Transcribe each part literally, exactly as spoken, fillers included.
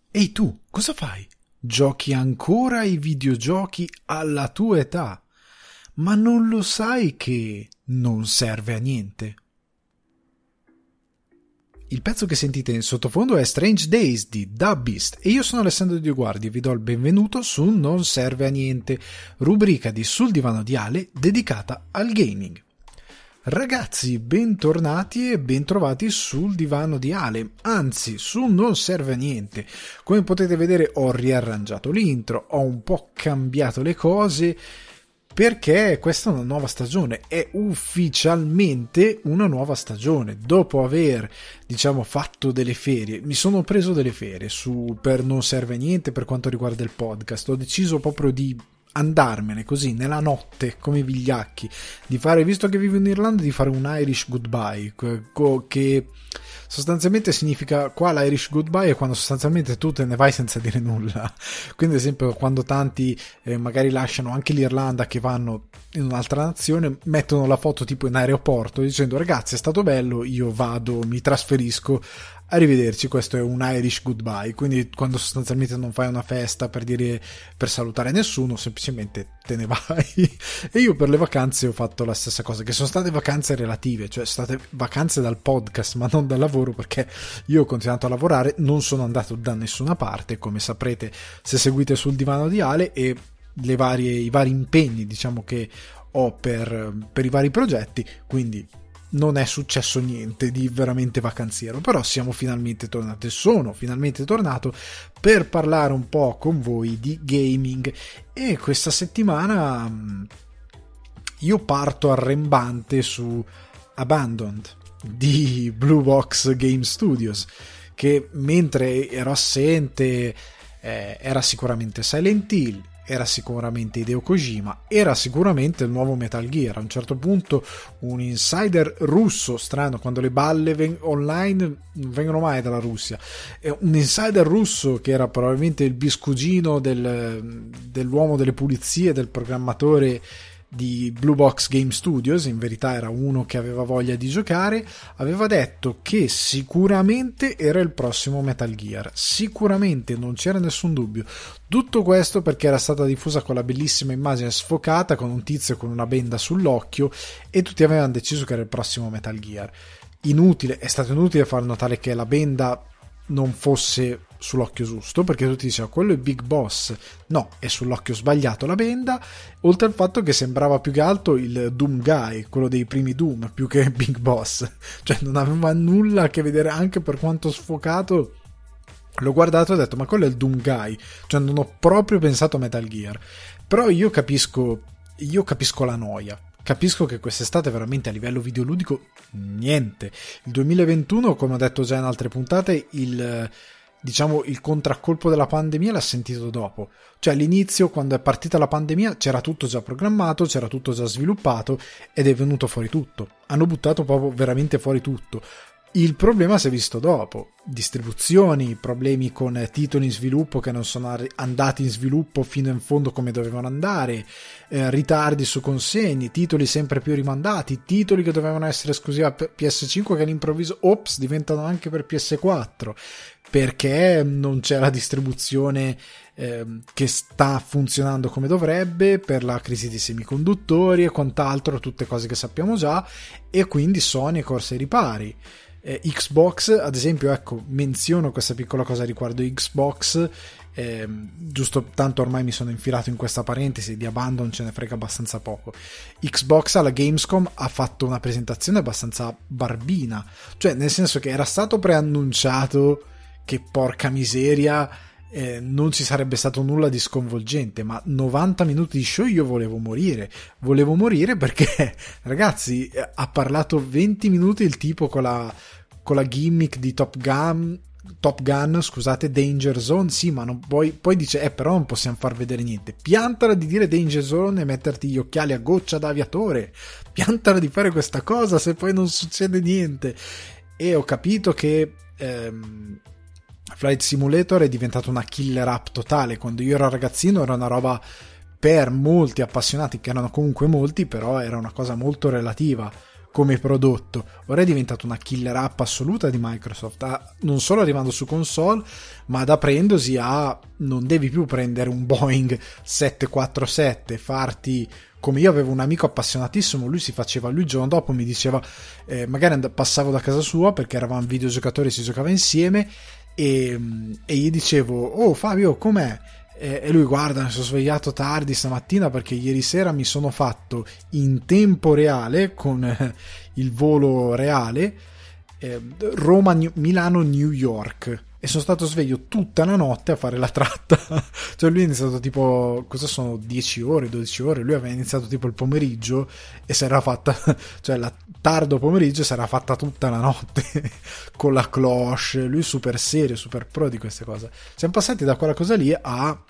Ehi tu, cosa fai? Giochi ancora ai videogiochi alla tua età? Ma non lo sai che non serve a niente? Il pezzo che sentite in sottofondo è Strange Days di Dub Beast e io sono Alessandro Dioguardi e vi do il benvenuto su Non Serve a Niente, rubrica di Sul Divano di Ale dedicata al gaming. Ragazzi, bentornati e bentrovati sul divano di Ale, anzi su Non Serve a Niente. Come potete vedere ho riarrangiato l'intro, ho un po' cambiato le cose perché questa è una nuova stagione, è ufficialmente una nuova stagione. Dopo aver, diciamo, fatto delle ferie, mi sono preso delle ferie su per Non Serve a Niente per quanto riguarda il podcast, ho deciso proprio di andarmene così nella notte come i vigliacchi, di fare, visto che vivo in Irlanda, di fare un Irish goodbye, che sostanzialmente significa, qua l'Irish goodbye è quando sostanzialmente tu te ne vai senza dire nulla. Quindi ad esempio quando tanti eh, magari lasciano anche l'Irlanda che vanno in un'altra nazione, mettono la foto tipo in aeroporto dicendo ragazzi è stato bello, io vado, mi trasferisco, arrivederci. Questo è un Irish goodbye, quindi quando sostanzialmente non fai una festa per dire, per salutare nessuno, semplicemente te ne vai. E io per le vacanze ho fatto la stessa cosa, che sono state vacanze relative, cioè sono state vacanze dal podcast ma non dal lavoro, perché io ho continuato a lavorare, non sono andato da nessuna parte, come saprete se seguite Sul Divano di Ale, e le varie, i vari impegni diciamo che ho per, per i vari progetti, quindi non è successo niente di veramente vacanziero. Però siamo finalmente tornati, sono finalmente tornato per parlare un po' con voi di gaming, e questa settimana io parto arrembante su Abandoned di Blue Box Game Studios, che mentre ero assente eh, era sicuramente Silent Hill, era sicuramente Hideo Kojima, era sicuramente il nuovo Metal Gear. A un certo punto un insider russo, strano, quando le balle ven- online non vengono mai dalla Russia, un insider russo che era probabilmente il biscugino del, dell'uomo delle pulizie, del programmatore di Blue Box Game Studios, in verità era uno che aveva voglia di giocare, aveva detto che sicuramente era il prossimo Metal Gear, sicuramente, non c'era nessun dubbio. Tutto questo perché era stata diffusa quella bellissima immagine sfocata con un tizio con una benda sull'occhio e tutti avevano deciso che era il prossimo Metal Gear. Inutile, è stato inutile far notare che la benda non fosse sull'occhio giusto, perché tutti dicevano quello è Big Boss, no, è sull'occhio sbagliato la benda, oltre al fatto che sembrava più che altro il Doom Guy, quello dei primi Doom, più che Big Boss, cioè non aveva nulla a che vedere, anche per quanto sfocato. L'ho guardato e ho detto ma quello è il Doom Guy, cioè non ho proprio pensato a Metal Gear. Però io capisco io capisco la noia, capisco che quest'estate veramente a livello videoludico niente. Il duemilaventuno, come ho detto già in altre puntate, il diciamo il contraccolpo della pandemia l'ha sentito dopo, cioè all'inizio quando è partita la pandemia c'era tutto già programmato, c'era tutto già sviluppato ed è venuto fuori tutto, hanno buttato proprio veramente fuori tutto. Il problema si è visto dopo, distribuzioni, problemi con titoli in sviluppo che non sono andati in sviluppo fino in fondo come dovevano andare, eh, ritardi su consegne, titoli sempre più rimandati, titoli che dovevano essere esclusiva per P S cinque che all'improvviso, ops, diventano anche per P S quattro, perché non c'è la distribuzione eh, che sta funzionando come dovrebbe, per la crisi di semiconduttori e quant'altro, tutte cose che sappiamo già, e quindi Sony è corsa ai ripari. Eh, Xbox ad esempio, ecco, menziono questa piccola cosa riguardo Xbox, eh, giusto tanto ormai mi sono infilato in questa parentesi, di Abandon ce ne frega abbastanza poco. Xbox alla Gamescom ha fatto una presentazione abbastanza barbina, cioè nel senso che era stato preannunciato che porca miseria eh, non ci sarebbe stato nulla di sconvolgente, ma novanta minuti di show io volevo morire volevo morire perché ragazzi ha parlato venti minuti il tipo con la, con la gimmick di Top Gun Top Gun, scusate, Danger Zone, sì, ma non poi, poi dice eh però non possiamo far vedere niente. Piantala di dire Danger Zone e metterti gli occhiali a goccia da aviatore, piantala di fare questa cosa se poi non succede niente. E ho capito che ehm, Flight Simulator è diventato una killer app totale. Quando io ero ragazzino era una roba per molti appassionati, che erano comunque molti, però era una cosa molto relativa. come prodotto. Ora è diventata una killer app assoluta di Microsoft, non solo arrivando su console, ma ad aprendosi a non devi più prendere un Boeing sette quattro sette, farti come io avevo un amico appassionatissimo, lui si faceva, lui il giorno dopo mi diceva, eh, magari and- passavo da casa sua perché eravamo videogiocatori e si giocava insieme, e, e gli dicevo, oh Fabio, com'è? E, e lui, guarda, mi sono svegliato tardi stamattina perché ieri sera mi sono fatto in tempo reale, con eh, il volo reale, eh, Roma, Milano, New York, e sono stato sveglio tutta la notte a fare la tratta. Cioè lui è iniziato tipo, cosa sono, dieci ore, dodici ore, lui aveva iniziato tipo il pomeriggio e si era fatta, cioè la tardo pomeriggio si era fatta tutta la notte con la cloche, lui super serio, super pro di queste cose. Siamo passati da quella cosa lì a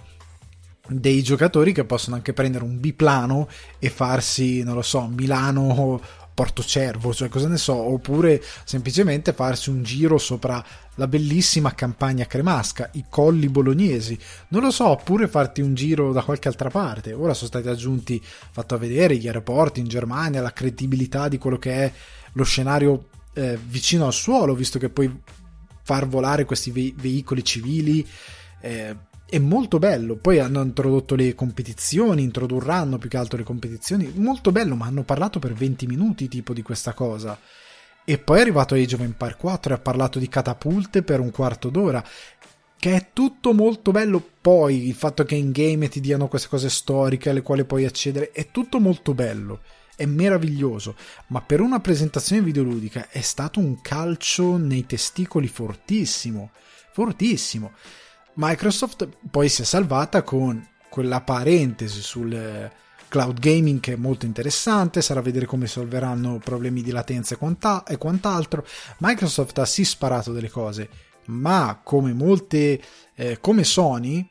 dei giocatori che possono anche prendere un biplano e farsi, non lo so, Milano Portocervo, cioè cosa ne so, oppure semplicemente farsi un giro sopra la bellissima campagna cremasca, i colli bolognesi, non lo so, oppure farti un giro da qualche altra parte. Ora sono stati aggiunti, fatto a vedere, gli aeroporti in Germania, la credibilità di quello che è lo scenario eh, vicino al suolo, visto che puoi far volare questi ve- veicoli civili, eh, è molto bello. Poi hanno introdotto le competizioni, introdurranno più che altro le competizioni, molto bello, ma hanno parlato per venti minuti tipo di questa cosa. E poi è arrivato Age of Empires quattro e ha parlato di catapulte per un quarto d'ora, che è tutto molto bello. Poi il fatto che in game ti diano queste cose storiche alle quali puoi accedere è tutto molto bello, è meraviglioso, ma per una presentazione videoludica è stato un calcio nei testicoli fortissimo, fortissimo. Microsoft poi si è salvata con quella parentesi sul cloud gaming che è molto interessante, sarà a vedere come solveranno problemi di latenza e, quanta- e quant'altro. Microsoft ha sì sparato delle cose, ma come molte eh, come Sony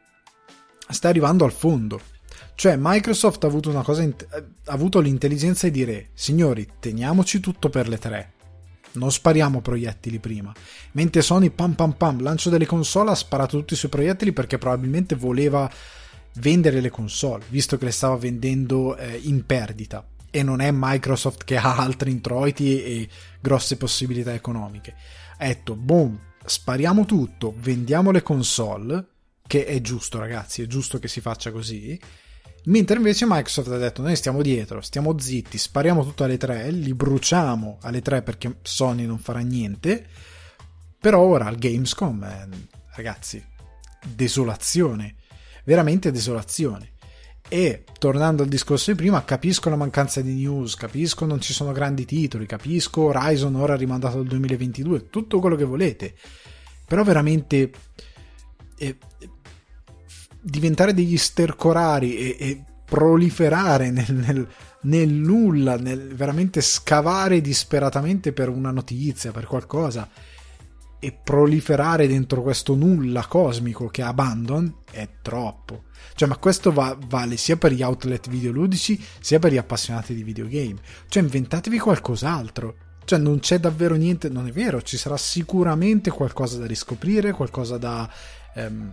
sta arrivando al fondo. Cioè Microsoft ha avuto una cosa ha avuto l'intelligenza di dire, signori, teniamoci tutto per le tre, non spariamo proiettili prima, mentre Sony pam pam pam lancio delle console ha sparato tutti i suoi proiettili perché probabilmente voleva vendere le console, visto che le stava vendendo eh, in perdita, e non è Microsoft che ha altri introiti e grosse possibilità economiche. Ha detto boom, spariamo tutto, vendiamo le console, che è giusto ragazzi, è giusto che si faccia così. Mentre invece Microsoft ha detto, noi stiamo dietro, stiamo zitti, spariamo tutto alle tre, li bruciamo alle tre perché Sony non farà niente. Però ora al Gamescom, eh, ragazzi, desolazione, veramente desolazione. E tornando al discorso di prima, capisco la mancanza di news, capisco non ci sono grandi titoli, capisco Horizon ora rimandato al duemilaventidue, tutto quello che volete, però veramente eh, diventare degli stercorari e, e proliferare nel, nel, nel nulla, nel veramente scavare disperatamente per una notizia, per qualcosa, e proliferare dentro questo nulla cosmico che è Abandon è troppo. Cioè, ma questo va, vale sia per gli outlet videoludici sia per gli appassionati di videogame. Cioè, inventatevi qualcos'altro. Cioè, non c'è davvero niente, non è vero, ci sarà sicuramente qualcosa da riscoprire, qualcosa da ehm,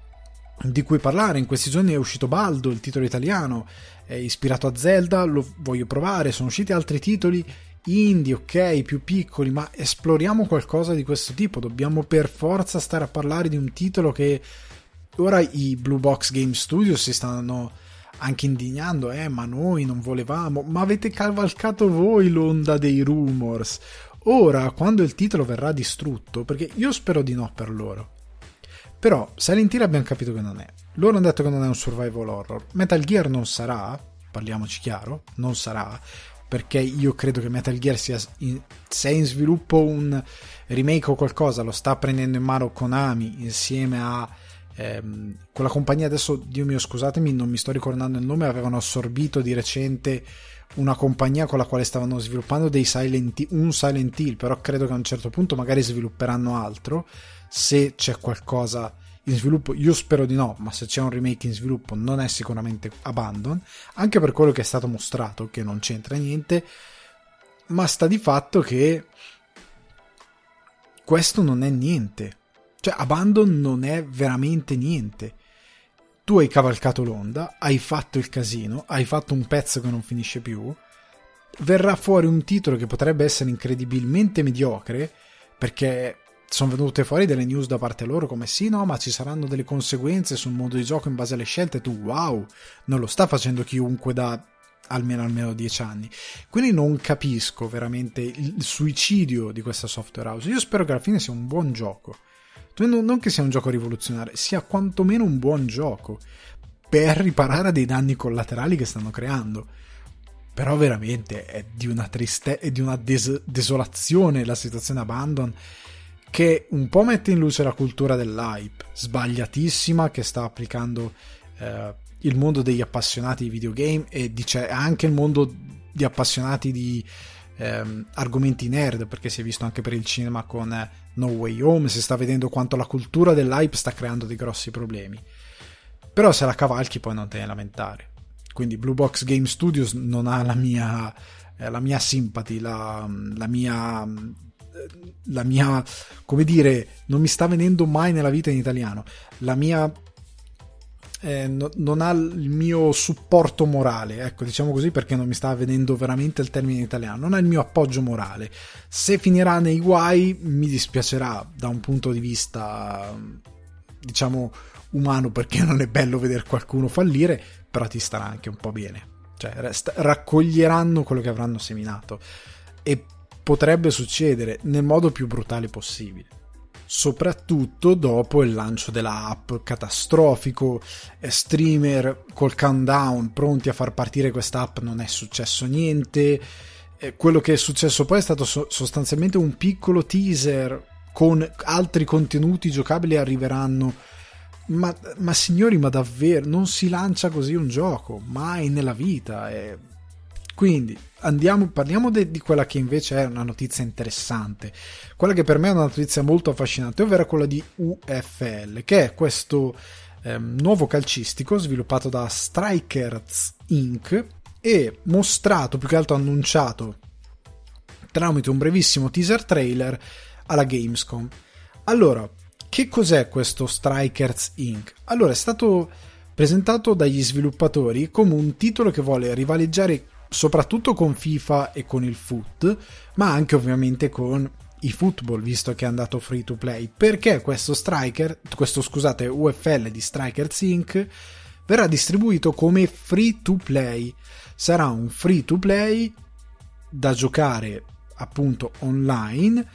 di cui parlare. In questi giorni è uscito Baldo, il titolo italiano, è ispirato a Zelda, lo voglio provare. Sono usciti altri titoli indie, ok, più piccoli, ma esploriamo qualcosa di questo tipo. Dobbiamo per forza stare a parlare di un titolo che ora i Blue Box Game Studios si stanno anche indignando, eh, ma noi non volevamo, ma avete cavalcato voi l'onda dei rumors. Ora, quando il titolo verrà distrutto, perché io spero di no per loro, però Silent Hill abbiamo capito che non è, loro hanno detto che non è un survival horror, Metal Gear non sarà, parliamoci chiaro, non sarà, perché io credo che Metal Gear sia in, se è in sviluppo un remake o qualcosa, lo sta prendendo in mano Konami insieme a ehm, quella compagnia, adesso Dio mio scusatemi non mi sto ricordando il nome, avevano assorbito di recente una compagnia con la quale stavano sviluppando dei Silent Hill, un Silent Hill, però credo che a un certo punto magari svilupperanno altro, se c'è qualcosa in sviluppo. Io spero di no, ma se c'è un remake in sviluppo non è sicuramente Abandon, anche per quello che è stato mostrato, che non c'entra niente, ma sta di fatto che questo non è niente. Cioè Abandon non è veramente niente. Tu hai cavalcato l'onda, hai fatto il casino, hai fatto un pezzo che non finisce più, verrà fuori un titolo che potrebbe essere incredibilmente mediocre, perché sono venute fuori delle news da parte loro come sì, no, ma ci saranno delle conseguenze sul mondo di gioco in base alle scelte. Tu, wow, non lo sta facendo chiunque da almeno almeno dieci anni. Quindi non capisco veramente il suicidio di questa software house. Io spero che alla fine sia un buon gioco, non che sia un gioco rivoluzionario, sia quantomeno un buon gioco per riparare a dei danni collaterali che stanno creando. Però veramente è di una tristezza e di una des- desolazione la situazione Abandon, che un po' mette in luce la cultura dell'hype sbagliatissima che sta applicando eh, il mondo degli appassionati di videogame, e dice anche il mondo di appassionati di ehm, argomenti nerd, perché si è visto anche per il cinema con eh, No Way Home, si sta vedendo quanto la cultura dell'hype sta creando dei grossi problemi. Però se la cavalchi poi non te ne lamentare. Quindi Blue Box Game Studios non ha la mia eh, la mia sympathy, la, la mia la mia, come dire, non mi sta venendo mai nella vita in italiano, la mia eh, no, non ha il mio supporto morale, ecco, diciamo così, perché non mi sta venendo veramente il termine in italiano, non ha il mio appoggio morale. Se finirà nei guai mi dispiacerà da un punto di vista, diciamo, umano, perché non è bello vedere qualcuno fallire, però ti starà anche un po' bene, cioè rest- raccoglieranno quello che avranno seminato, e potrebbe succedere nel modo più brutale possibile, soprattutto dopo il lancio della app catastrofico, streamer col countdown pronti a far partire questa app, non è successo niente. Quello che è successo poi è stato sostanzialmente un piccolo teaser con altri contenuti giocabili arriveranno. Ma, ma signori, ma davvero non si lancia così un gioco mai nella vita. È... quindi andiamo, parliamo de, di quella che invece è una notizia interessante, quella che per me è una notizia molto affascinante, ovvero quella di U F L, che è questo ehm, nuovo calcistico sviluppato da Strikers Incorporated e mostrato, più che altro annunciato tramite un brevissimo teaser trailer alla Gamescom. Allora, che cos'è questo Strikers Incorporated? Allora, è stato presentato dagli sviluppatori come un titolo che vuole rivaleggiare soprattutto con FIFA e con il foot, ma anche ovviamente con i football, visto che è andato free to play, perché questo Striker, questo scusate U F L di Strikers Incorporated verrà distribuito come free to play. Sarà un free to play da giocare appunto online,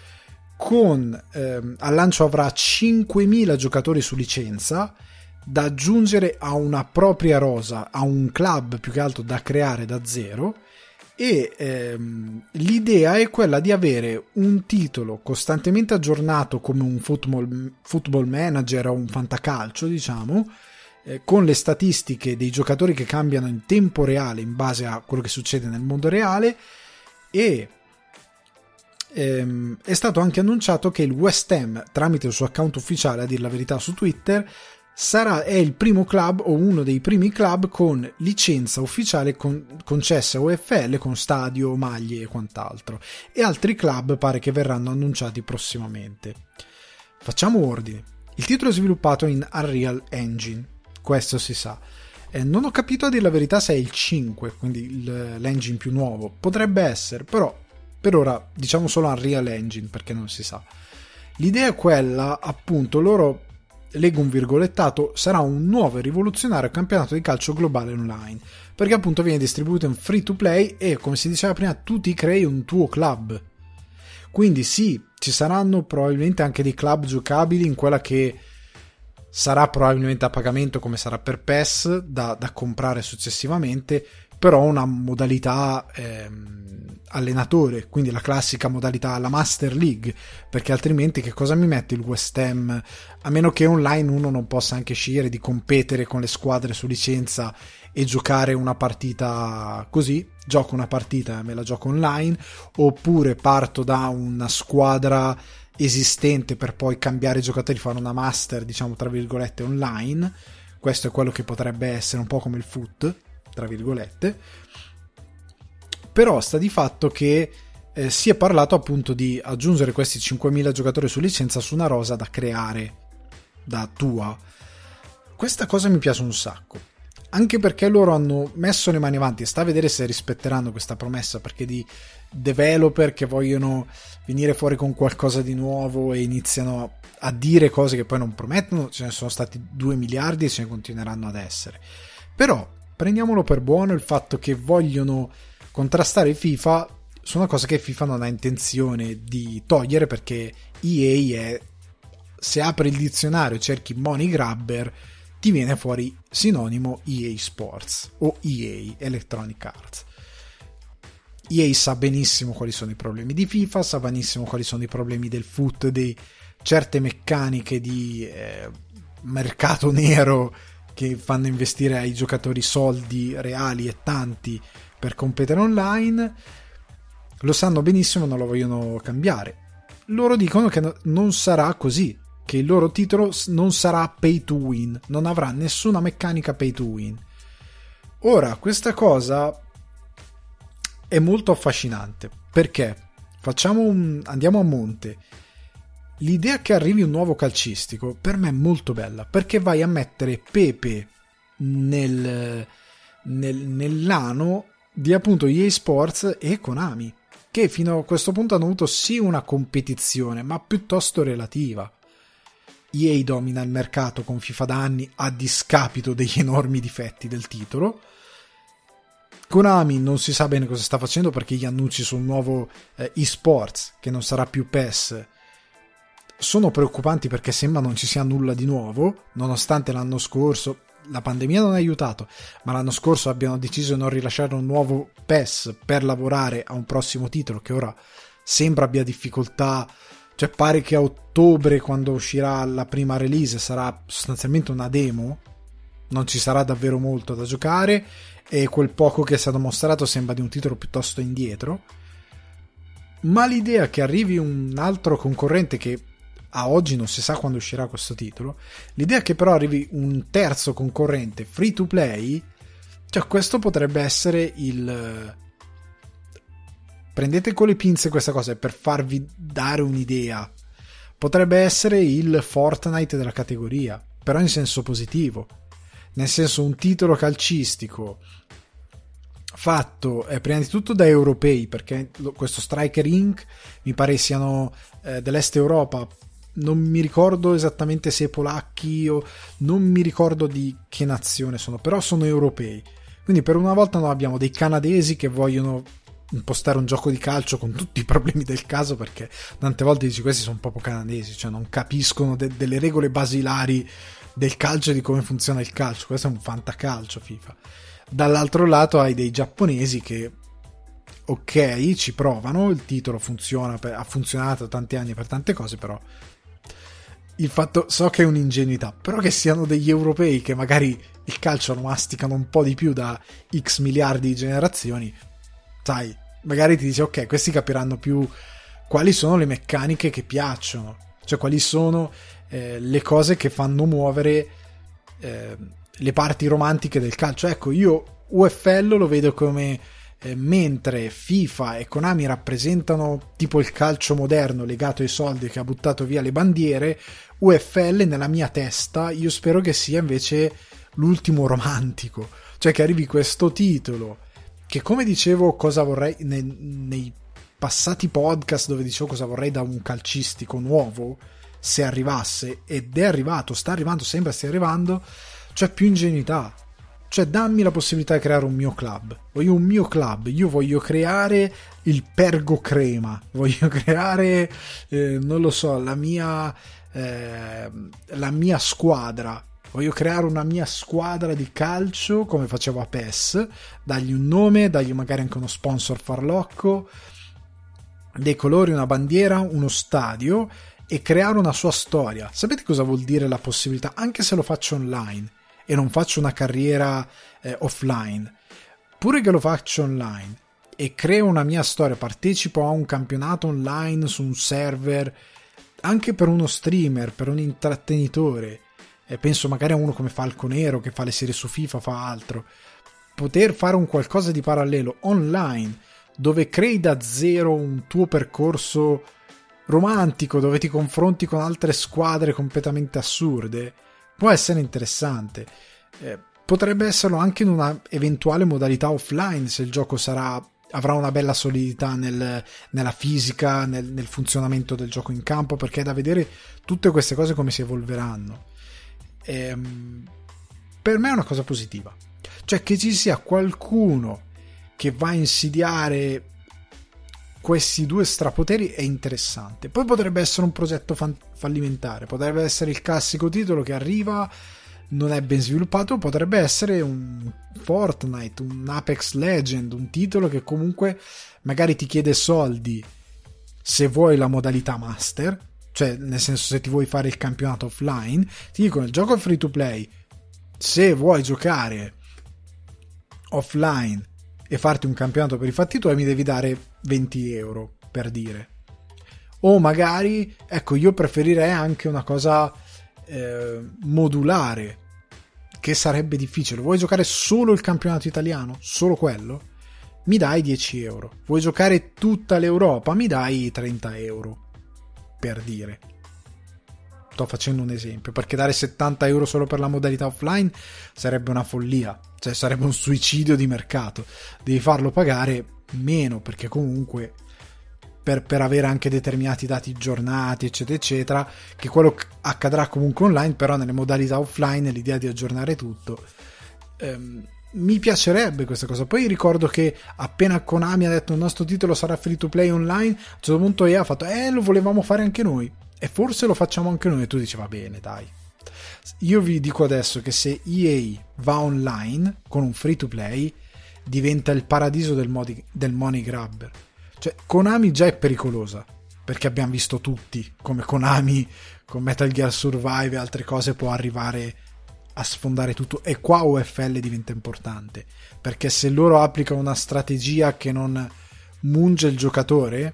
con ehm, al lancio avrà cinquemila giocatori su licenza da aggiungere a una propria rosa, a un club più che altro da creare da zero, e ehm, l'idea è quella di avere un titolo costantemente aggiornato come un football, football manager o un fantacalcio, diciamo, eh, con le statistiche dei giocatori che cambiano in tempo reale in base a quello che succede nel mondo reale. E ehm, è stato anche annunciato che il West Ham, tramite il suo account ufficiale, a dir la verità su Twitter, sarà è il primo club o uno dei primi club con licenza ufficiale con, concessa a U F L, con stadio, maglie e quant'altro, e altri club pare che verranno annunciati prossimamente. Facciamo ordine. Il titolo è sviluppato in Unreal Engine, questo si sa. Eh, non ho capito a dire la verità se è il cinque, quindi il, l'engine più nuovo, potrebbe essere, però per ora diciamo solo Unreal Engine perché non si sa. L'idea è quella, appunto, loro, leggo un virgolettato, sarà un nuovo e rivoluzionario campionato di calcio globale online, perché appunto viene distribuito in free to play e, come si diceva prima, tu ti crei un tuo club. Quindi sì, ci saranno probabilmente anche dei club giocabili in quella che sarà probabilmente a pagamento, come sarà per P E S, da, da comprare successivamente, però una modalità ehm, allenatore, quindi la classica modalità, la Master League, perché altrimenti che cosa mi mette il West Ham, a meno che online uno non possa anche scegliere di competere con le squadre su licenza e giocare una partita così, gioco una partita e me la gioco online, oppure parto da una squadra esistente per poi cambiare giocatori, fare una master, diciamo tra virgolette, online. Questo è quello che potrebbe essere un po' come il foot, tra virgolette. Però sta di fatto che eh, si è parlato appunto di aggiungere questi cinquemila giocatori su licenza su una rosa da creare da tua. Questa cosa mi piace un sacco, anche perché loro hanno messo le mani avanti, e sta a vedere se rispetteranno questa promessa, perché di developer che vogliono venire fuori con qualcosa di nuovo e iniziano a dire cose che poi non promettono, ce ne sono stati due miliardi e ce ne continueranno ad essere. Però prendiamolo per buono il fatto che vogliono contrastare FIFA su una cosa che FIFA non ha intenzione di togliere, perché E A è, se apri il dizionario e cerchi money grabber, ti viene fuori sinonimo E A Sports o E A Electronic Arts. E A sa benissimo quali sono i problemi di FIFA, sa benissimo quali sono i problemi del foot, di certe meccaniche di eh, mercato nero che fanno investire ai giocatori soldi reali e tanti per competere online. Lo sanno benissimo, non lo vogliono cambiare. Loro dicono che no, non sarà così, che il loro titolo non sarà pay to win, non avrà nessuna meccanica pay to win. Ora, questa cosa è molto affascinante, perché facciamo un, andiamo a monte. L'idea che arrivi un nuovo calcistico per me è molto bella, perché vai a mettere Pepe nel, nel, nell'ano di appunto E A Sports e Konami, che fino a questo punto hanno avuto sì una competizione, ma piuttosto relativa. E A domina il mercato con FIFA da anni a discapito degli enormi difetti del titolo. Konami non si sa bene cosa sta facendo, perché gli annunci sul nuovo eh, eSports, che non sarà più P E S, sono preoccupanti, perché sembra non ci sia nulla di nuovo, nonostante l'anno scorso la pandemia non ha aiutato, ma l'anno scorso abbiano deciso di non rilasciare un nuovo P E S per lavorare a un prossimo titolo che ora sembra abbia difficoltà. Cioè pare che a ottobre, quando uscirà la prima release, sarà sostanzialmente una demo, non ci sarà davvero molto da giocare, e quel poco che è stato mostrato sembra di un titolo piuttosto indietro. Ma l'idea che arrivi un altro concorrente, che a oggi non si sa quando uscirà questo titolo, l'idea che però arrivi un terzo concorrente free to play, cioè questo potrebbe essere il... Prendete con le pinze questa cosa per farvi dare un'idea. Potrebbe essere il Fortnite della categoria, però in senso positivo. Nel senso, un titolo calcistico fatto eh, prima di tutto da europei, perché questo Striker Incorporated mi pare siano eh, dell'Est Europa, non mi ricordo esattamente se polacchi o non mi ricordo di che nazione sono, però sono europei. Quindi per una volta noi abbiamo dei canadesi che vogliono impostare un gioco di calcio con tutti i problemi del caso, perché tante volte dici questi sono proprio canadesi, cioè non capiscono de- delle regole basilari del calcio e di come funziona il calcio. Questo è un fantacalcio FIFA. Dall'altro lato hai dei giapponesi che ok, ci provano, il titolo funziona, per, ha funzionato tanti anni per tante cose, però il fatto, so che è un'ingenuità, però che siano degli europei che magari il calcio lo masticano un po' di più da X miliardi di generazioni, sai, magari ti dici ok, questi capiranno più quali sono le meccaniche che piacciono, cioè quali sono eh, le cose che fanno muovere eh, le parti romantiche del calcio. Ecco, io U F L lo vedo come eh, mentre FIFA e Konami rappresentano tipo il calcio moderno legato ai soldi che ha buttato via le bandiere, U F L nella mia testa io spero che sia invece l'ultimo romantico, cioè che arrivi questo titolo che, come dicevo cosa vorrei nei, nei passati podcast dove dicevo cosa vorrei da un calcistico nuovo, se arrivasse, ed è arrivato, sta arrivando, sembra stia arrivando, cioè più ingenuità, cioè dammi la possibilità di creare un mio club, voglio un mio club, io voglio creare il Pergo Crema, voglio creare eh, non lo so, la mia eh, la mia squadra, voglio creare una mia squadra di calcio come facevo a P E S, dargli un nome, dargli magari anche uno sponsor farlocco, dei colori, una bandiera, uno stadio, e creare una sua storia. Sapete cosa vuol dire la possibilità, anche se lo faccio online e non faccio una carriera eh, offline, pure che lo faccio online e creo una mia storia, partecipo a un campionato online su un server, anche per uno streamer, per un intrattenitore, e penso magari a uno come Falconero che fa le serie su FIFA, fa altro, poter fare un qualcosa di parallelo online dove crei da zero un tuo percorso romantico, dove ti confronti con altre squadre completamente assurde, può essere interessante. Eh, potrebbe esserlo anche in una eventuale modalità offline, se il gioco sarà avrà una bella solidità nel, nella fisica, nel, nel funzionamento del gioco in campo, perché è da vedere tutte queste cose come si evolveranno. Ehm, per me è una cosa positiva, cioè che ci sia qualcuno che va a insidiare questi due strapoteri è interessante. Poi potrebbe essere un progetto fan- fallimentare, potrebbe essere il classico titolo che arriva, non è ben sviluppato, potrebbe essere un Fortnite, un Apex Legend, un titolo che comunque magari ti chiede soldi se vuoi la modalità master, cioè nel senso se ti vuoi fare il campionato offline, ti dicono il gioco è free to play, se vuoi giocare offline e farti un campionato per i fatti tuoi mi devi dare venti euro, per dire. O magari, ecco, io preferirei anche una cosa eh, modulare, che sarebbe difficile. Vuoi giocare solo il campionato italiano? Solo quello? Mi dai dieci euro. Vuoi giocare tutta l'Europa? Mi dai trenta euro, per dire. Sto facendo un esempio, perché dare settanta euro solo per la modalità offline sarebbe una follia, cioè sarebbe un suicidio di mercato. Devi farlo pagare meno, perché comunque per, per avere anche determinati dati aggiornati eccetera eccetera, che quello accadrà comunque online, però nelle modalità offline l'idea di aggiornare tutto ehm, mi piacerebbe questa cosa. Poi ricordo che appena Konami ha detto il nostro titolo sarà free to play online, a un certo punto E A ha fatto eh lo volevamo fare anche noi e forse lo facciamo anche noi, e tu dici va bene dai. Io vi dico adesso che se E A va online con un free to play diventa il paradiso del, modi, del money grabber. Cioè Konami già è pericolosa, perché abbiamo visto tutti come Konami con Metal Gear Survive e altre cose può arrivare a sfondare tutto, e qua U F L diventa importante, perché se loro applicano una strategia che non munge il giocatore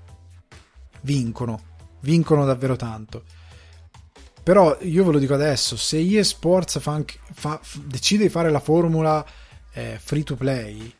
vincono vincono davvero tanto. Però io ve lo dico adesso, se E A Sports fa anche, fa, decide di fare la formula eh, free to play,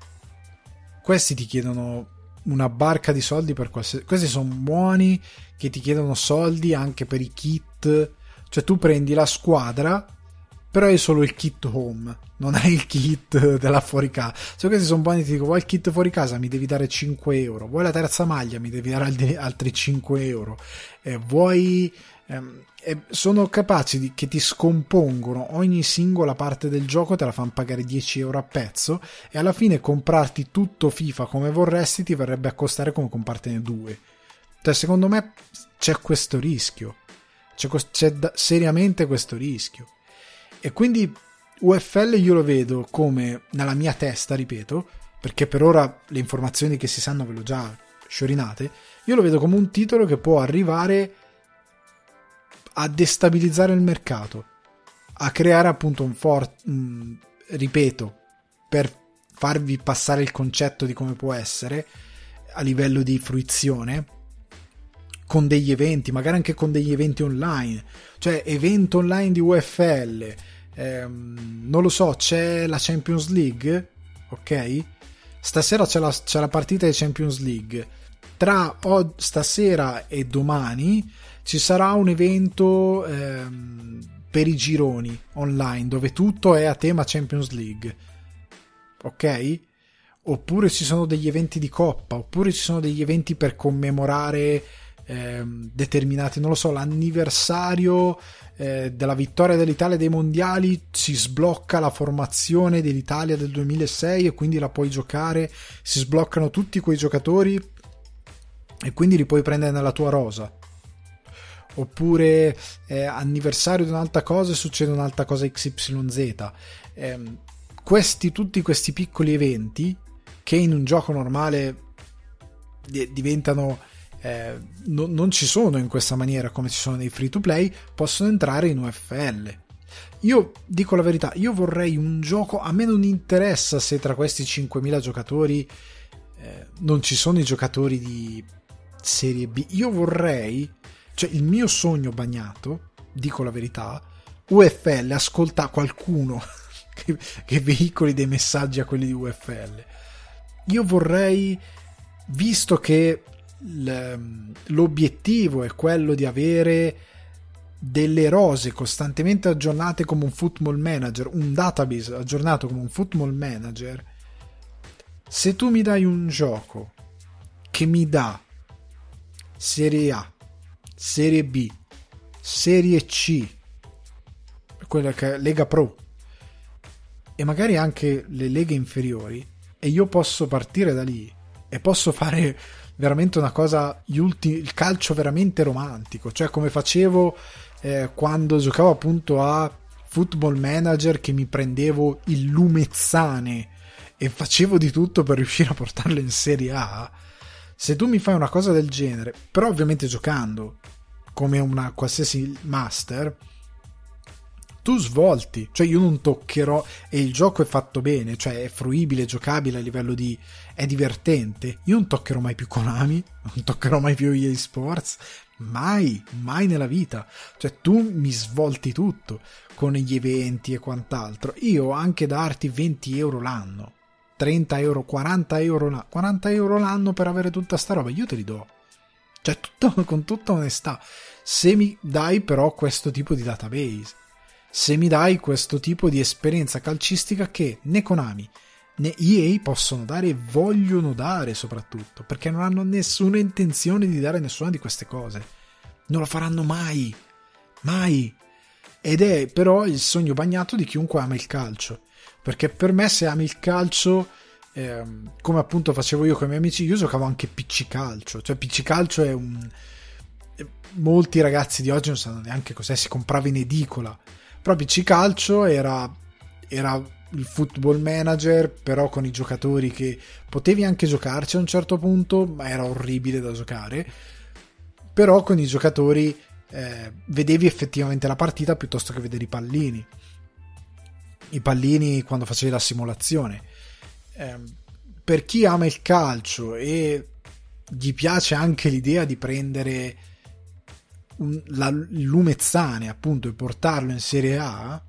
questi ti chiedono una barca di soldi per qualsiasi, questi sono buoni che ti chiedono soldi anche per i kit, cioè tu prendi la squadra però hai solo il kit home, non hai il kit della fuori casa. Cioè questi sono buoni, ti dico vuoi il kit fuori casa mi devi dare cinque euro, vuoi la terza maglia mi devi dare altri cinque euro, eh, vuoi ehm, eh, sono capaci di, che ti scompongono ogni singola parte del gioco, te la fanno pagare dieci euro a pezzo e alla fine comprarti tutto FIFA come vorresti ti verrebbe a costare come comprartene due. Cioè secondo me c'è questo rischio, c'è, c'è da, seriamente questo rischio. E quindi U F L io lo vedo come, nella mia testa, ripeto, perché per ora le informazioni che si sanno ve l'ho già sciorinate, io lo vedo come un titolo che può arrivare a destabilizzare il mercato, a creare appunto un forte, ripeto, per farvi passare il concetto di come può essere a livello di fruizione, con degli eventi, magari anche con degli eventi online, cioè evento online di U F L, ehm, non lo so, c'è la Champions League, ok? Stasera c'è la, c'è la partita di Champions League, tra oh, stasera e domani ci sarà un evento ehm, per i gironi online, dove tutto è a tema Champions League, ok? Oppure ci sono degli eventi di coppa, oppure ci sono degli eventi per commemorare Eh, determinati, non lo so, l'anniversario eh, della vittoria dell'Italia dei mondiali, si sblocca la formazione dell'Italia del duemilasei e quindi la puoi giocare, si sbloccano tutti quei giocatori e quindi li puoi prendere nella tua rosa. Oppure eh, anniversario di un'altra cosa e succede un'altra cosa X Y Z. Eh, questi, tutti questi piccoli eventi che in un gioco normale di- diventano Eh, no, non ci sono in questa maniera come ci sono nei free to play, possono entrare in U F L. Io dico la verità, io vorrei un gioco, a me non interessa se tra questi cinquemila giocatori eh, non ci sono i giocatori di serie B, io vorrei, cioè il mio sogno bagnato, dico la verità, U F L ascolta qualcuno che, che veicoli dei messaggi a quelli di U F L. Io vorrei, visto che l'obiettivo è quello di avere delle rose costantemente aggiornate come un football manager, un database aggiornato come un football manager, se tu mi dai un gioco che mi dà Serie A, Serie B, Serie C, quella che è Lega Pro, e magari anche le leghe inferiori, e io posso partire da lì e posso fare veramente una cosa, gli ultimi, il calcio veramente romantico, cioè come facevo eh, quando giocavo appunto a Football Manager, che mi prendevo il Lumezzane e facevo di tutto per riuscire a portarlo in Serie A. Se tu mi fai una cosa del genere, però ovviamente giocando come una qualsiasi master, tu svolti, cioè io non toccherò, e il gioco è fatto bene, cioè è fruibile, giocabile a livello di, è divertente, io non toccherò mai più Konami, non toccherò mai più E A Sports, mai, mai nella vita, cioè tu mi svolti tutto con gli eventi e quant'altro. Io anche darti venti euro l'anno, trenta euro, quaranta euro l'anno, quaranta euro l'anno per avere tutta sta roba, io te li do, cioè tutto, con tutta onestà, se mi dai però questo tipo di database, se mi dai questo tipo di esperienza calcistica che né Konami né E A possono dare e vogliono dare, soprattutto perché non hanno nessuna intenzione di dare nessuna di queste cose, non lo faranno mai, mai, ed è però il sogno bagnato di chiunque ama il calcio, perché per me, se ami il calcio, ehm, come appunto facevo io con i miei amici, io giocavo anche P C calcio, cioè P C calcio è un, molti ragazzi di oggi non sanno neanche cos'è, si comprava in edicola. Però P C calcio era, era il football manager, però con i giocatori che potevi anche giocarci a un certo punto, ma era orribile da giocare, però con i giocatori eh, vedevi effettivamente la partita piuttosto che vedere i pallini i pallini quando facevi la simulazione. Eh, per chi ama il calcio e gli piace anche l'idea di prendere un, la, il Lumezzane appunto e portarlo in Serie A,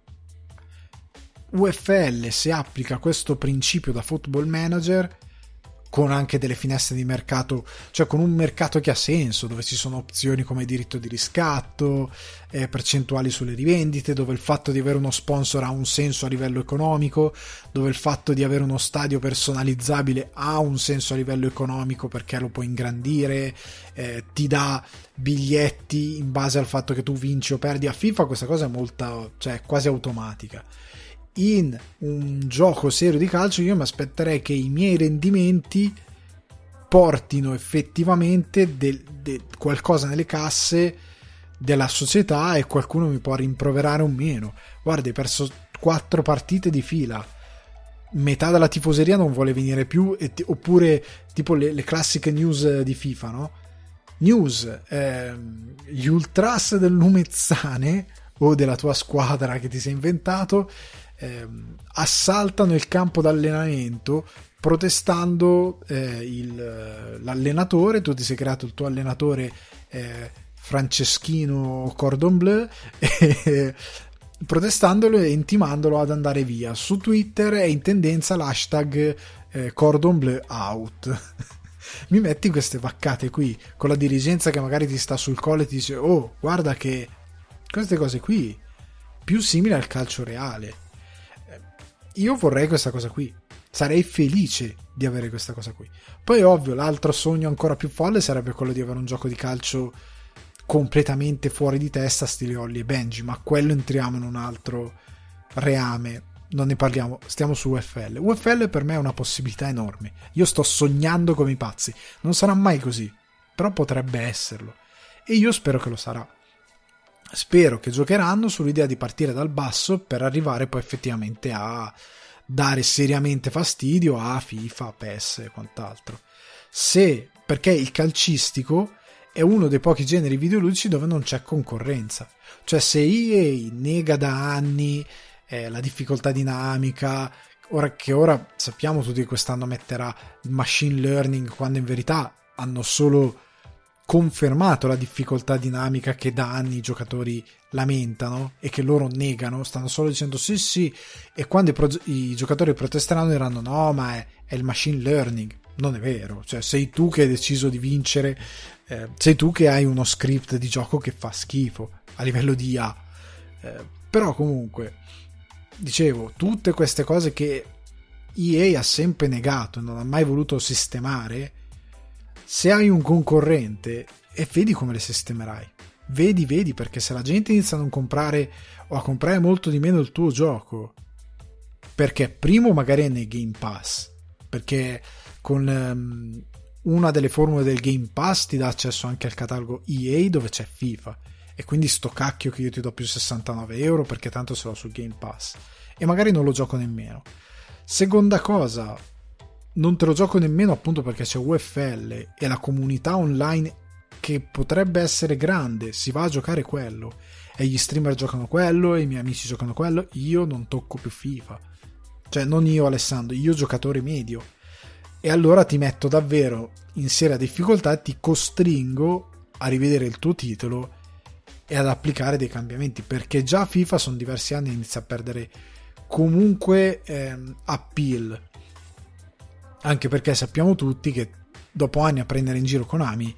U F L, se applica questo principio da football manager con anche delle finestre di mercato, cioè con un mercato che ha senso, dove ci sono opzioni come diritto di riscatto, eh, percentuali sulle rivendite, dove il fatto di avere uno sponsor ha un senso a livello economico, dove il fatto di avere uno stadio personalizzabile ha un senso a livello economico perché lo puoi ingrandire, eh, ti dà biglietti in base al fatto che tu vinci o perdi. A FIFA questa cosa è molto, cioè quasi automatica. In un gioco serio di calcio io mi aspetterei che i miei rendimenti portino effettivamente del, del, qualcosa nelle casse della società e qualcuno mi può rimproverare un meno. Guarda, hai perso quattro partite di fila, metà della tifoseria non vuole venire più, e t- oppure tipo le, le classiche news di FIFA, no? News, ehm, gli ultras del Lumezzane o della tua squadra che ti sei inventato Eh, assaltano il campo d'allenamento protestando eh, il, l'allenatore. Tu ti sei creato il tuo allenatore eh, Franceschino Cordon Bleu e, protestandolo e intimandolo ad andare via. Su Twitter è in tendenza l'hashtag eh, Cordon Bleu out. Mi metti queste vaccate qui con la dirigenza che magari ti sta sul collo e ti dice: oh, guarda che queste cose qui più simili al calcio reale. Io vorrei questa cosa qui, sarei felice di avere questa cosa qui. Poi ovvio, l'altro sogno ancora più folle sarebbe quello di avere un gioco di calcio completamente fuori di testa, stile Holly e Benji, ma quello entriamo in un altro reame, non ne parliamo, stiamo su U F L. U F L per me è una possibilità enorme, io sto sognando come i pazzi, non sarà mai così, però potrebbe esserlo, e io spero che lo sarà. Spero che giocheranno sull'idea di partire dal basso per arrivare poi effettivamente a dare seriamente fastidio a FIFA, P E S e quant'altro. Se, perché il calcistico è uno dei pochi generi videoludici dove non c'è concorrenza. Cioè se E A nega da anni eh, la difficoltà dinamica, ora che ora sappiamo tutti che quest'anno metterà il machine learning, quando in verità hanno solo confermato la difficoltà dinamica che da anni i giocatori lamentano e che loro negano, stanno solo dicendo sì sì, e quando i, pro- i giocatori protesteranno diranno no, ma è, è il machine learning. Non è vero, cioè sei tu che hai deciso di vincere, eh, sei tu che hai uno script di gioco che fa schifo a livello di I A, eh, però comunque dicevo, tutte queste cose che E A ha sempre negato e non ha mai voluto sistemare, se hai un concorrente e vedi come le sistemerai, vedi vedi perché se la gente inizia a non comprare o a comprare molto di meno il tuo gioco, perché primo magari è nei Game Pass, perché con um, una delle formule del Game Pass ti dà accesso anche al catalogo E A dove c'è FIFA, e quindi sto cacchio che io ti do più sessantanove euro perché tanto se l'ho sul Game Pass e magari non lo gioco nemmeno. Seconda cosa, non te lo gioco nemmeno appunto perché c'è U F L e la comunità online che potrebbe essere grande si va a giocare quello e gli streamer giocano quello e i miei amici giocano quello, io non tocco più FIFA, cioè non io Alessandro, io giocatore medio, e allora ti metto davvero in seria difficoltà e ti costringo a rivedere il tuo titolo e ad applicare dei cambiamenti, perché già FIFA sono diversi anni e inizia a perdere comunque ehm, appeal, anche perché sappiamo tutti che dopo anni a prendere in giro Konami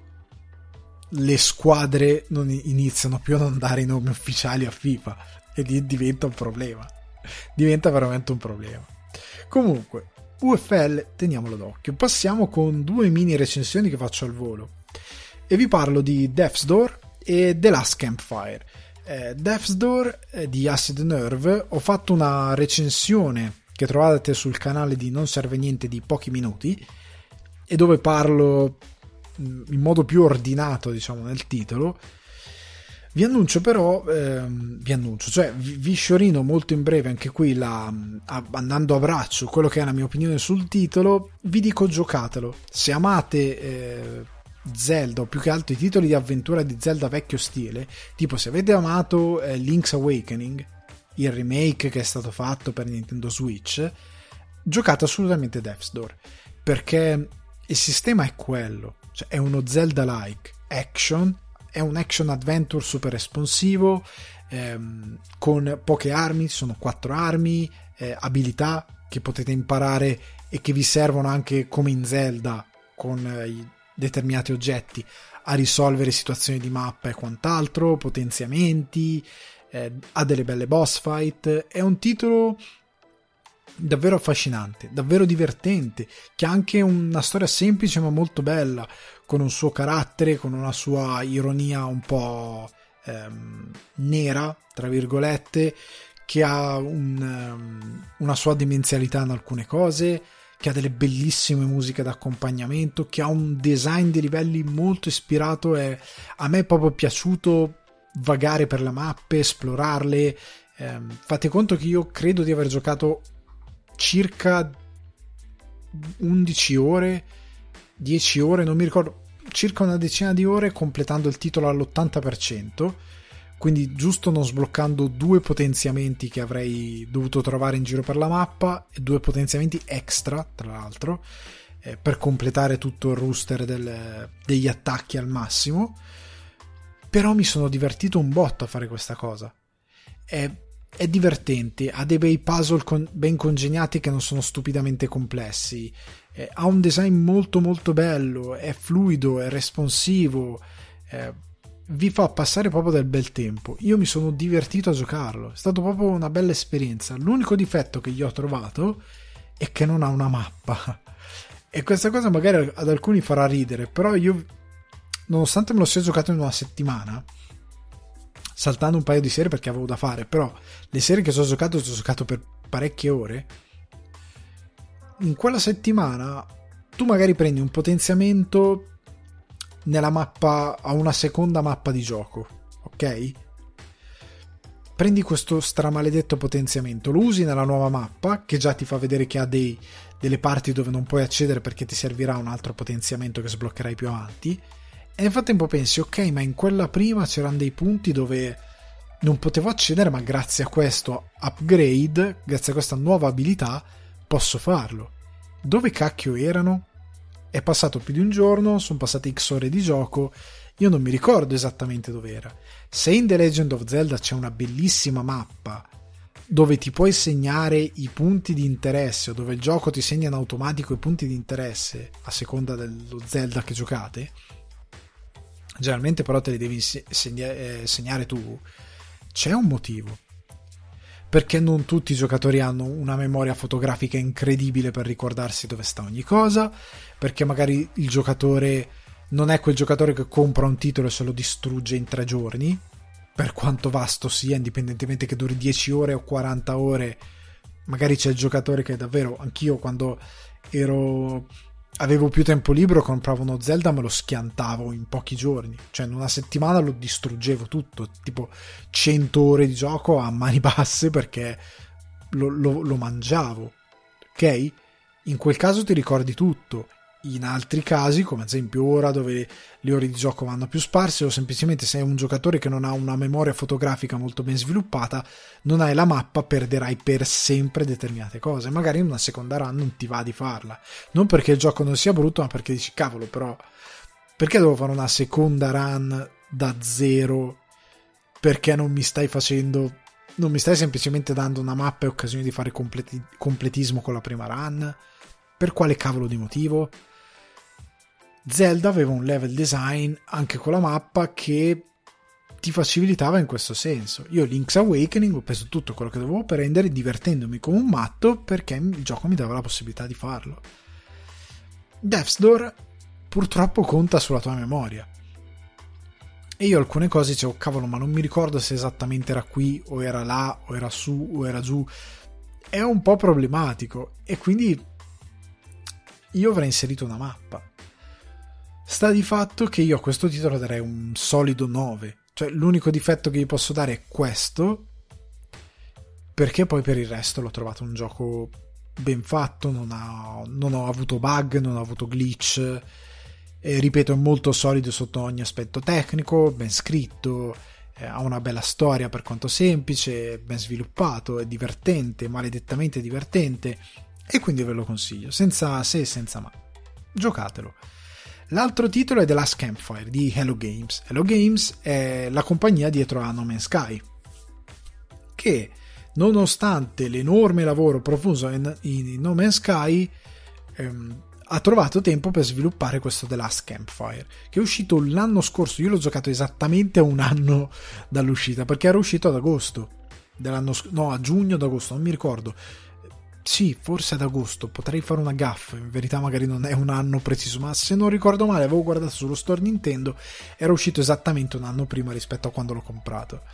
le squadre non iniziano più ad andare i nomi ufficiali a FIFA e lì diventa un problema, diventa veramente un problema. Comunque U F L teniamolo d'occhio. Passiamo con due mini recensioni che faccio al volo e vi parlo di Death's Door e The Last Campfire. eh, Death's Door eh, di Acid Nerve, ho fatto una recensione che trovate sul canale di Non Serve Niente di pochi minuti e dove parlo in modo più ordinato, diciamo, nel titolo. Vi annuncio però ehm, vi annuncio, cioè vi, vi sciorino molto in breve anche qui la, a, andando a braccio quello che è la mia opinione sul titolo. Vi dico, giocatelo se amate eh, Zelda, o più che altro i titoli di avventura di Zelda vecchio stile, tipo se avete amato eh, Link's Awakening, il remake che è stato fatto per Nintendo Switch, giocate assolutamente Death's Door, perché il sistema è quello, cioè è uno Zelda-like action, è un action adventure super espansivo, ehm, con poche armi, sono quattro armi, eh, abilità che potete imparare e che vi servono anche come in Zelda con eh, i determinati oggetti a risolvere situazioni di mappa e quant'altro, potenziamenti, eh, ha delle belle boss fight. È un titolo davvero affascinante, davvero divertente, che ha anche una storia semplice ma molto bella, con un suo carattere, con una sua ironia un po' ehm, nera, tra virgolette, che ha un, um, una sua demenzialità in alcune cose, che ha delle bellissime musiche d'accompagnamento, che ha un design di livelli molto ispirato, e a me è proprio piaciuto vagare per le mappe, esplorarle. Eh, fate conto che io credo di aver giocato circa undici ore, dieci ore, non mi ricordo, circa una decina di ore completando il titolo all'ottanta per cento, quindi giusto non sbloccando due potenziamenti che avrei dovuto trovare in giro per la mappa, e due potenziamenti extra tra l'altro, eh, per completare tutto il rooster del, degli attacchi al massimo. Però mi sono divertito un botto a fare questa cosa, è, è divertente, ha dei bei puzzle con, ben congegnati che non sono stupidamente complessi, eh, ha un design molto molto bello, è fluido, è responsivo, eh, vi fa passare proprio del bel tempo. Io mi sono divertito a giocarlo, è stato proprio una bella esperienza. L'unico difetto che gli ho trovato è che non ha una mappa e questa cosa magari ad alcuni farà ridere, però io, nonostante me lo sia giocato in una settimana, saltando un paio di sere perché avevo da fare, però le sere che ci ho giocato ci ho giocato per parecchie ore, in quella settimana tu magari prendi un potenziamento nella mappa, a una seconda mappa di gioco, ok? Prendi questo stramaledetto potenziamento, lo usi nella nuova mappa che già ti fa vedere che ha dei, delle parti dove non puoi accedere perché ti servirà un altro potenziamento che sbloccherai più avanti, e nel frattempo pensi, ok, ma in quella prima c'erano dei punti dove non potevo accedere, ma grazie a questo upgrade, grazie a questa nuova abilità posso farlo. Dove cacchio erano? È passato più di un giorno, sono passate X ore di gioco, io non mi ricordo esattamente dove era. Se in The Legend of Zelda c'è una bellissima mappa dove ti puoi segnare i punti di interesse, o dove il gioco ti segna in automatico i punti di interesse a seconda dello Zelda che giocate, generalmente però te li devi segna- eh, segnare tu, c'è un motivo. Perché non tutti i giocatori hanno una memoria fotografica incredibile per ricordarsi dove sta ogni cosa, perché magari il giocatore non è quel giocatore che compra un titolo e se lo distrugge in tre giorni, per quanto vasto sia, indipendentemente che duri dieci ore o quaranta ore. Magari c'è il giocatore che davvero, anch'io quando ero avevo più tempo libero compravo uno Zelda, me lo schiantavo in pochi giorni, cioè in una settimana lo distruggevo tutto, tipo cento ore di gioco a mani basse, perché lo, lo, lo mangiavo, ok? In quel caso ti ricordi tutto. In altri casi, come ad esempio ora, dove le ore di gioco vanno più sparse, o semplicemente sei un giocatore che non ha una memoria fotografica molto ben sviluppata, non hai la mappa, perderai per sempre determinate cose. Magari in una seconda run non ti va di farla, non perché il gioco non sia brutto, ma perché dici cavolo, però perché devo fare una seconda run da zero? Perché non mi stai facendo non mi stai semplicemente dando una mappa e occasione di fare completi, completismo con la prima run? Per quale cavolo di motivo? Zelda aveva un level design anche con la mappa che ti facilitava in questo senso. Io Link's Awakening ho preso tutto quello che dovevo prendere divertendomi come un matto, perché il gioco mi dava la possibilità di farlo. Death's Door purtroppo conta sulla tua memoria, e io alcune cose dicevo cavolo, ma non mi ricordo se esattamente era qui o era là o era su o era giù. È un po' problematico, e quindi io avrei inserito una mappa. Sta di fatto che io a questo titolo darei un solido nove, cioè l'unico difetto che gli posso dare è questo, perché poi per il resto l'ho trovato un gioco ben fatto, non, ha, non ho avuto bug, non ho avuto glitch, e ripeto, è molto solido sotto ogni aspetto tecnico, ben scritto, eh, ha una bella storia per quanto semplice, ben sviluppato, è divertente, maledettamente divertente, e quindi ve lo consiglio, senza se e senza ma. Giocatelo. L'altro titolo è The Last Campfire di Hello Games. Hello Games è la compagnia dietro a No Man's Sky, che nonostante l'enorme lavoro profuso in, in No Man's Sky ehm, ha trovato tempo per sviluppare questo The Last Campfire, che è uscito l'anno scorso. Io l'ho giocato esattamente a un anno dall'uscita, perché era uscito ad agosto dell'anno sc- no a giugno ad agosto, non mi ricordo. Sì, forse ad agosto, potrei fare una gaffa, in verità magari non è un anno preciso, ma se non ricordo male avevo guardato sullo store Nintendo, era uscito esattamente un anno prima rispetto a quando l'ho comprato.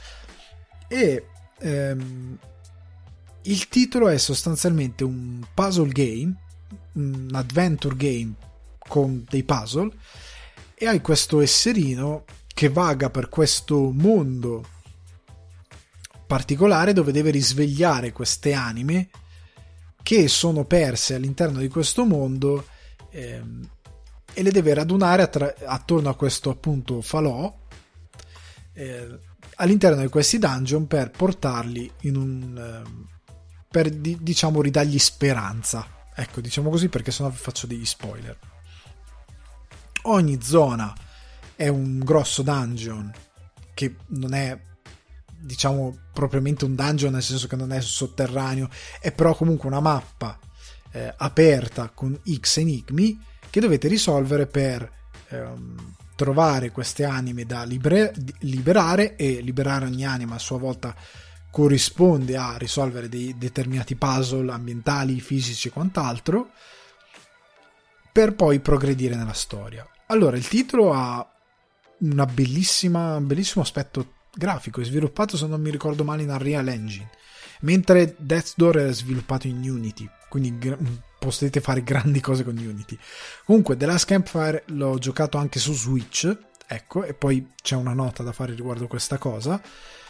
E ehm, il titolo è sostanzialmente un puzzle game, un adventure game con dei puzzle, e hai questo esserino che vaga per questo mondo particolare dove deve risvegliare queste anime che sono perse all'interno di questo mondo, ehm, e le deve radunare attra- attorno a questo appunto falò eh, all'interno di questi dungeon per portarli in un eh, per di- diciamo ridargli speranza, ecco, diciamo così, perché sennò vi faccio degli spoiler. Ogni zona è un grosso dungeon che non è, diciamo, propriamente un dungeon, nel senso che non è sotterraneo, è però comunque una mappa eh, aperta con X enigmi che dovete risolvere per ehm, trovare queste anime da liber- liberare, e liberare ogni anima a sua volta corrisponde a risolvere dei determinati puzzle ambientali, fisici e quant'altro, per poi progredire nella storia. Allora, il titolo ha una bellissima, un bellissimo aspetto grafico, è sviluppato, se non mi ricordo male, in Unreal Engine, mentre Death's Door è sviluppato in Unity, quindi gra- potete fare grandi cose con Unity. Comunque The Last Campfire l'ho giocato anche su Switch, ecco, e poi c'è una nota da fare riguardo questa cosa,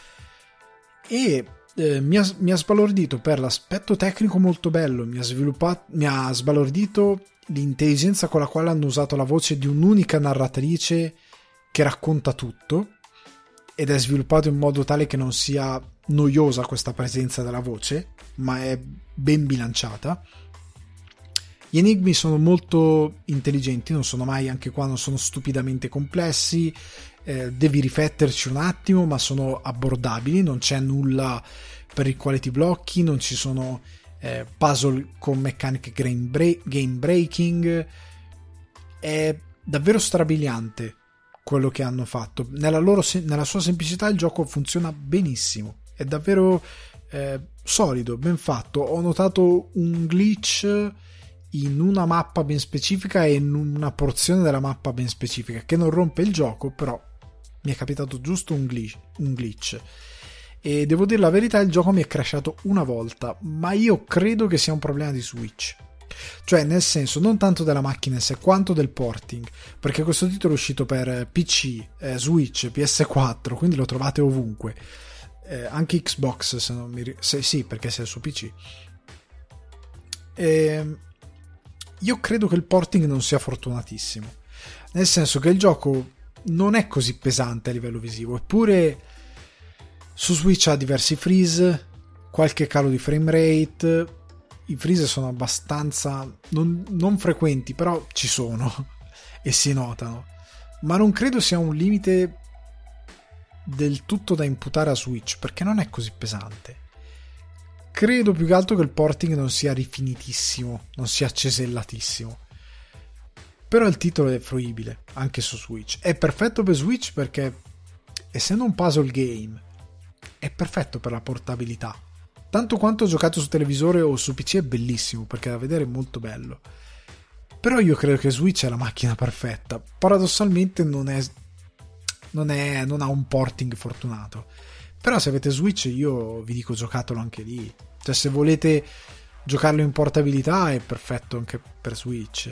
e eh, mi, ha, mi ha sbalordito per l'aspetto tecnico molto bello, mi ha sviluppato, mi ha sbalordito l'intelligenza con la quale hanno usato la voce di un'unica narratrice che racconta tutto, ed è sviluppato in modo tale che non sia noiosa questa presenza della voce, ma è ben bilanciata. Gli enigmi sono molto intelligenti, non sono mai, anche qua non sono stupidamente complessi, eh, devi rifletterci un attimo, ma sono abbordabili, non c'è nulla per i quali ti blocchi, non ci sono eh, puzzle con meccaniche game, break, game breaking. È davvero strabiliante quello che hanno fatto. Nella, loro, nella sua semplicità il gioco funziona benissimo, è davvero eh, solido, ben fatto. Ho notato un glitch in una mappa ben specifica e in una porzione della mappa ben specifica che non rompe il gioco, però mi è capitato giusto un glitch, un glitch. E devo dire la verità, il gioco mi è crashato una volta, ma io credo che sia un problema di Switch, cioè nel senso non tanto della macchina in sé quanto del porting, perché questo titolo è uscito per P C, eh, Switch, P S quattro, quindi lo trovate ovunque, eh, anche Xbox se non mi se, sì, perché sei su P C. E io credo che il porting non sia fortunatissimo, nel senso che il gioco non è così pesante a livello visivo, eppure su Switch ha diversi freeze, qualche calo di frame rate. I freeze sono abbastanza non, non frequenti, però ci sono e si notano, ma non credo sia un limite del tutto da imputare a Switch, perché non è così pesante. Credo più che altro che il porting non sia rifinitissimo, non sia cesellatissimo, però il titolo è fruibile anche su Switch. È perfetto per Switch perché, essendo un puzzle game, è perfetto per la portabilità. Tanto quanto ho giocato su televisore o su P C è bellissimo, perché da vedere è molto bello. Però io credo che Switch è la macchina perfetta. Paradossalmente non è, non è non ha un porting fortunato. Però se avete Switch io vi dico giocatelo anche lì. Cioè se volete giocarlo in portabilità è perfetto anche per Switch.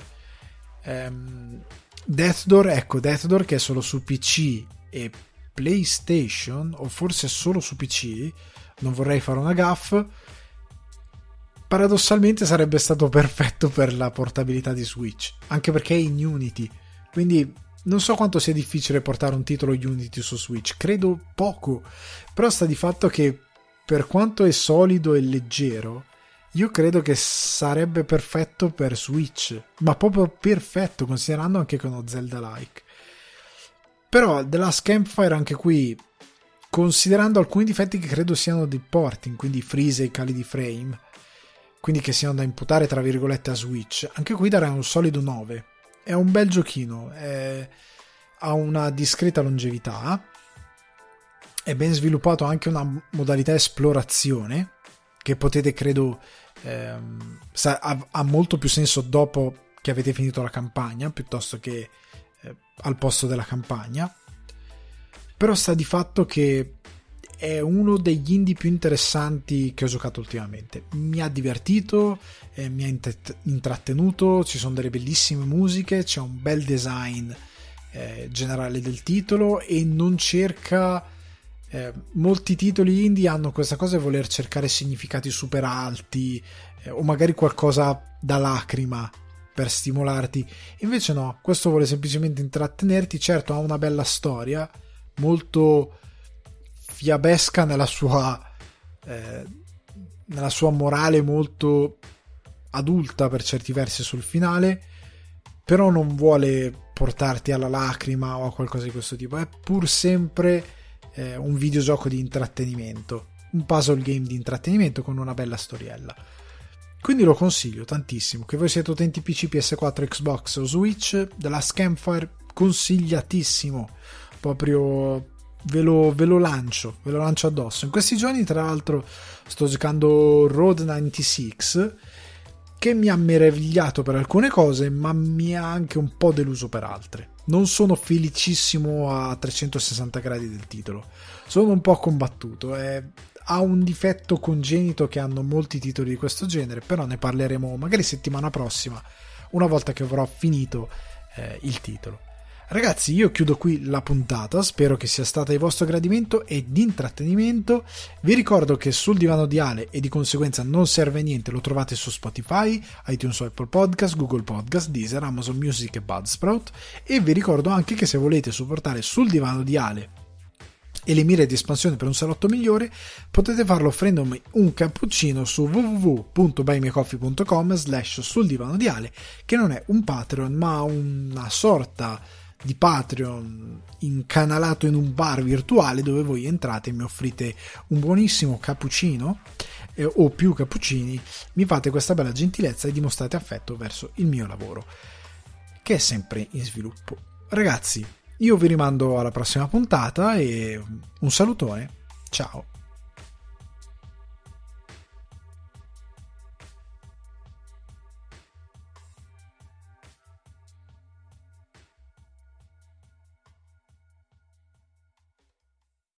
Um, Death Door, ecco Death Door che è solo su P C e PlayStation, o forse solo su P C, non vorrei fare una gaffe, paradossalmente sarebbe stato perfetto per la portabilità di Switch, anche perché è in Unity, quindi non so quanto sia difficile portare un titolo Unity su Switch, credo poco, però sta di fatto che per quanto è solido e leggero io credo che sarebbe perfetto per Switch, ma proprio perfetto, considerando anche che è uno Zelda-like. Però The Last Campfire anche qui, considerando alcuni difetti che credo siano di porting, quindi freeze e cali di frame, quindi che siano da imputare tra virgolette a Switch, anche qui darei un solido nove. È un bel giochino, è... ha una discreta longevità, è ben sviluppato anche una modalità esplorazione che potete credo ehm, ha, ha molto più senso dopo che avete finito la campagna piuttosto che eh, al posto della campagna. Però sta di fatto che è uno degli indie più interessanti che ho giocato ultimamente. Mi ha divertito, eh, mi ha int- intrattenuto, ci sono delle bellissime musiche, c'è un bel design eh, generale del titolo e non cerca... Eh, molti titoli indie hanno questa cosa di voler cercare significati super alti eh, o magari qualcosa da lacrima per stimolarti, invece no, questo vuole semplicemente intrattenerti. Certo, ha una bella storia molto fiabesca nella sua eh, nella sua morale molto adulta per certi versi sul finale, però non vuole portarti alla lacrima o a qualcosa di questo tipo, è pur sempre eh, un videogioco di intrattenimento, un puzzle game di intrattenimento con una bella storiella. Quindi lo consiglio tantissimo, che voi siete utenti P C, P S quattro, Xbox o Switch. The Last Campfire consigliatissimo, proprio ve lo, ve lo lancio ve lo lancio addosso. In questi giorni tra l'altro sto giocando Road novantasei, che mi ha meravigliato per alcune cose ma mi ha anche un po' deluso per altre. Non sono felicissimo a trecentosessanta gradi del titolo, sono un po' combattuto, è, ha un difetto congenito che hanno molti titoli di questo genere, però ne parleremo magari settimana prossima, una volta che avrò finito eh, il titolo. Ragazzi, io chiudo qui la puntata, spero che sia stata di vostro gradimento e di intrattenimento. Vi ricordo che Sul Divano di Ale, e di conseguenza Non Serve a Niente, lo trovate su Spotify, iTunes, Apple Podcast, Google Podcast, Deezer, Amazon Music e Buzzsprout. E vi ricordo anche che se volete supportare Sul Divano di Ale e le mire di espansione per un salotto migliore, potete farlo offrendomi un cappuccino su w w w punto buy me coffee punto com slash sul divano di Ale, che non è un Patreon ma una sorta di Patreon incanalato in un bar virtuale dove voi entrate e mi offrite un buonissimo cappuccino eh, o più cappuccini, mi fate questa bella gentilezza e dimostrate affetto verso il mio lavoro, che è sempre in sviluppo. Ragazzi, io vi rimando alla prossima puntata e un salutone, ciao.